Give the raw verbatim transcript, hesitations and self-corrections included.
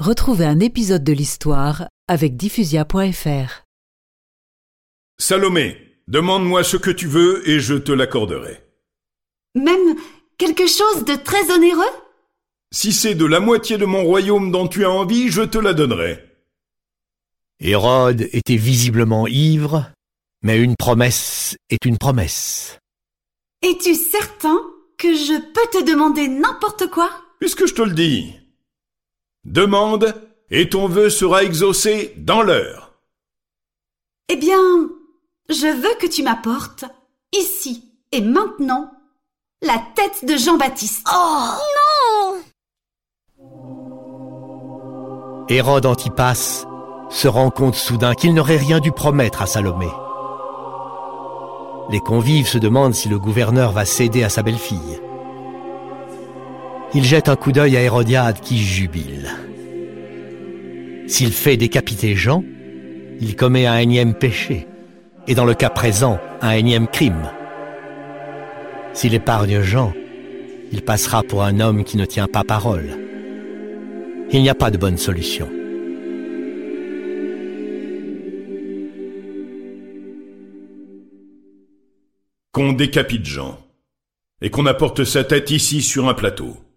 Retrouvez un épisode de l'histoire avec diffusia point f r. Salomé, demande-moi ce que tu veux et je te l'accorderai. Même quelque chose de très onéreux ? Si c'est de la moitié de mon royaume dont tu as envie, je te la donnerai. Hérode était visiblement ivre, mais une promesse est une promesse. Es-tu certain que je peux te demander n'importe quoi ? Puisque je te le dis. Demande, et ton vœu sera exaucé dans l'heure. Eh bien, je veux que tu m'apportes, ici et maintenant, la tête de Jean-Baptiste. Oh non! Hérode Antipas se rend compte soudain qu'il n'aurait rien dû promettre à Salomé. Les convives se demandent si le gouverneur va céder à sa belle-fille. Il jette un coup d'œil à Hérodiade qui jubile. S'il fait décapiter Jean, il commet un énième péché, et dans le cas présent, un énième crime. S'il épargne Jean, il passera pour un homme qui ne tient pas parole. Il n'y a pas de bonne solution. Qu'on décapite Jean, et qu'on apporte sa tête ici sur un plateau.